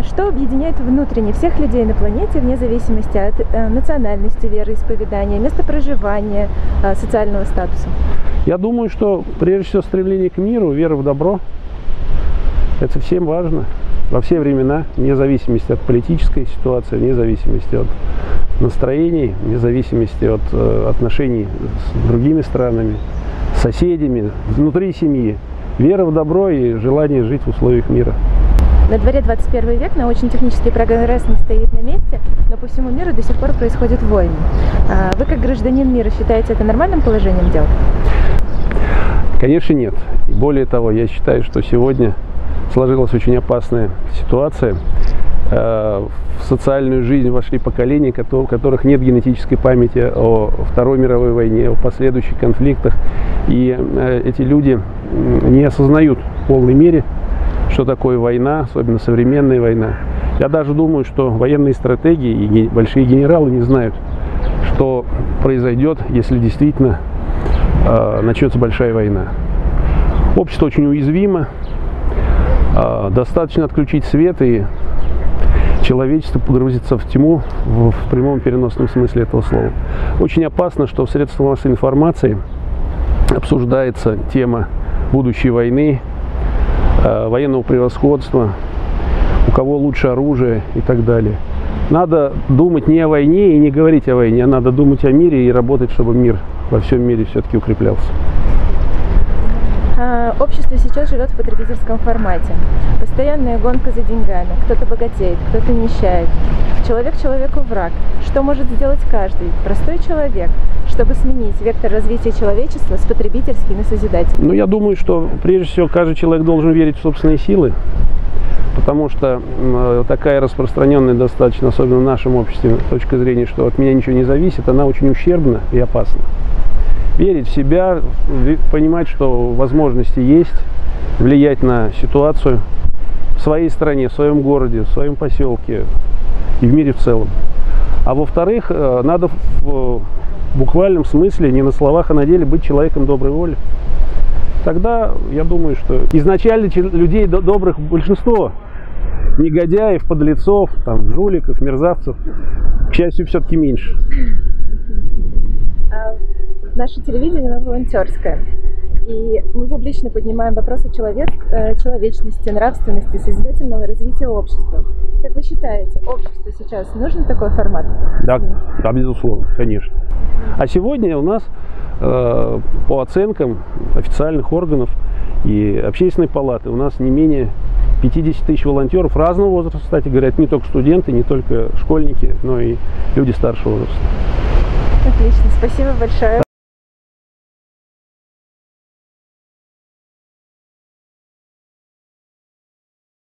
Что объединяет внутренне всех людей на планете, вне зависимости от национальности, вероисповедания, места проживания, социального статуса? Я думаю, что прежде всего стремление к миру, вера в добро. Это всем важно. Во все времена, вне зависимости от политической ситуации, вне зависимости от настроений, вне зависимости от отношений с другими странами, с соседями, внутри семьи. Вера в добро и желание жить в условиях мира. На дворе 21 век, научно-технический прогресс не стоит на месте, но по всему миру до сих пор происходят войны. Вы, как гражданин мира, считаете это нормальным положением дел? Конечно, нет. И более того, я считаю, что сегодня сложилась очень опасная ситуация. В социальную жизнь вошли поколения, у которых нет генетической памяти о Второй мировой войне, о последующих конфликтах. И эти люди не осознают в полной мере, что такое война, особенно современная война. Я даже думаю, что военные стратегии и большие генералы не знают, что произойдет, если действительно начнется большая война. Общество очень уязвимо. Достаточно отключить свет, и человечество погрузится в тьму в прямом переносном смысле этого слова. Очень опасно, что в средствах массовой информации обсуждается тема будущей войны, военного превосходства, у кого лучше оружие и так далее. Надо думать не о войне и не говорить о войне, а надо думать о мире и работать, чтобы мир во всем мире все-таки укреплялся. Общество сейчас живет в потребительском формате. Постоянная гонка за деньгами. Кто-то богатеет, кто-то нищает. Человек человеку враг. Что может сделать каждый, простой человек, чтобы сменить вектор развития человечества с потребительский на созидательный? Ну, я думаю, что прежде всего каждый человек должен верить в собственные силы, потому что такая распространенная достаточно, особенно в нашем обществе, точка зрения, что от меня ничего не зависит, она очень ущербна и опасна. Верить в себя, понимать, что возможности есть, влиять на ситуацию в своей стране, в своем городе, в своем поселке и в мире в целом. А во-вторых, надо в буквальном смысле, не на словах, а на деле быть человеком доброй воли. Тогда, я думаю, что изначально людей добрых большинство, негодяев, подлецов, там, жуликов, мерзавцев, к счастью, все-таки меньше. Наше телевидение, оно волонтерское. И мы публично поднимаем вопросы человечности, нравственности, созидательного развития общества. Как вы считаете, обществу сейчас нужен такой формат? Да, безусловно, конечно. А сегодня у нас, по оценкам официальных органов и общественной палаты, у нас не менее 50 тысяч волонтеров разного возраста, кстати говоря, не только студенты, не только школьники, но и люди старшего возраста. Отлично, спасибо большое.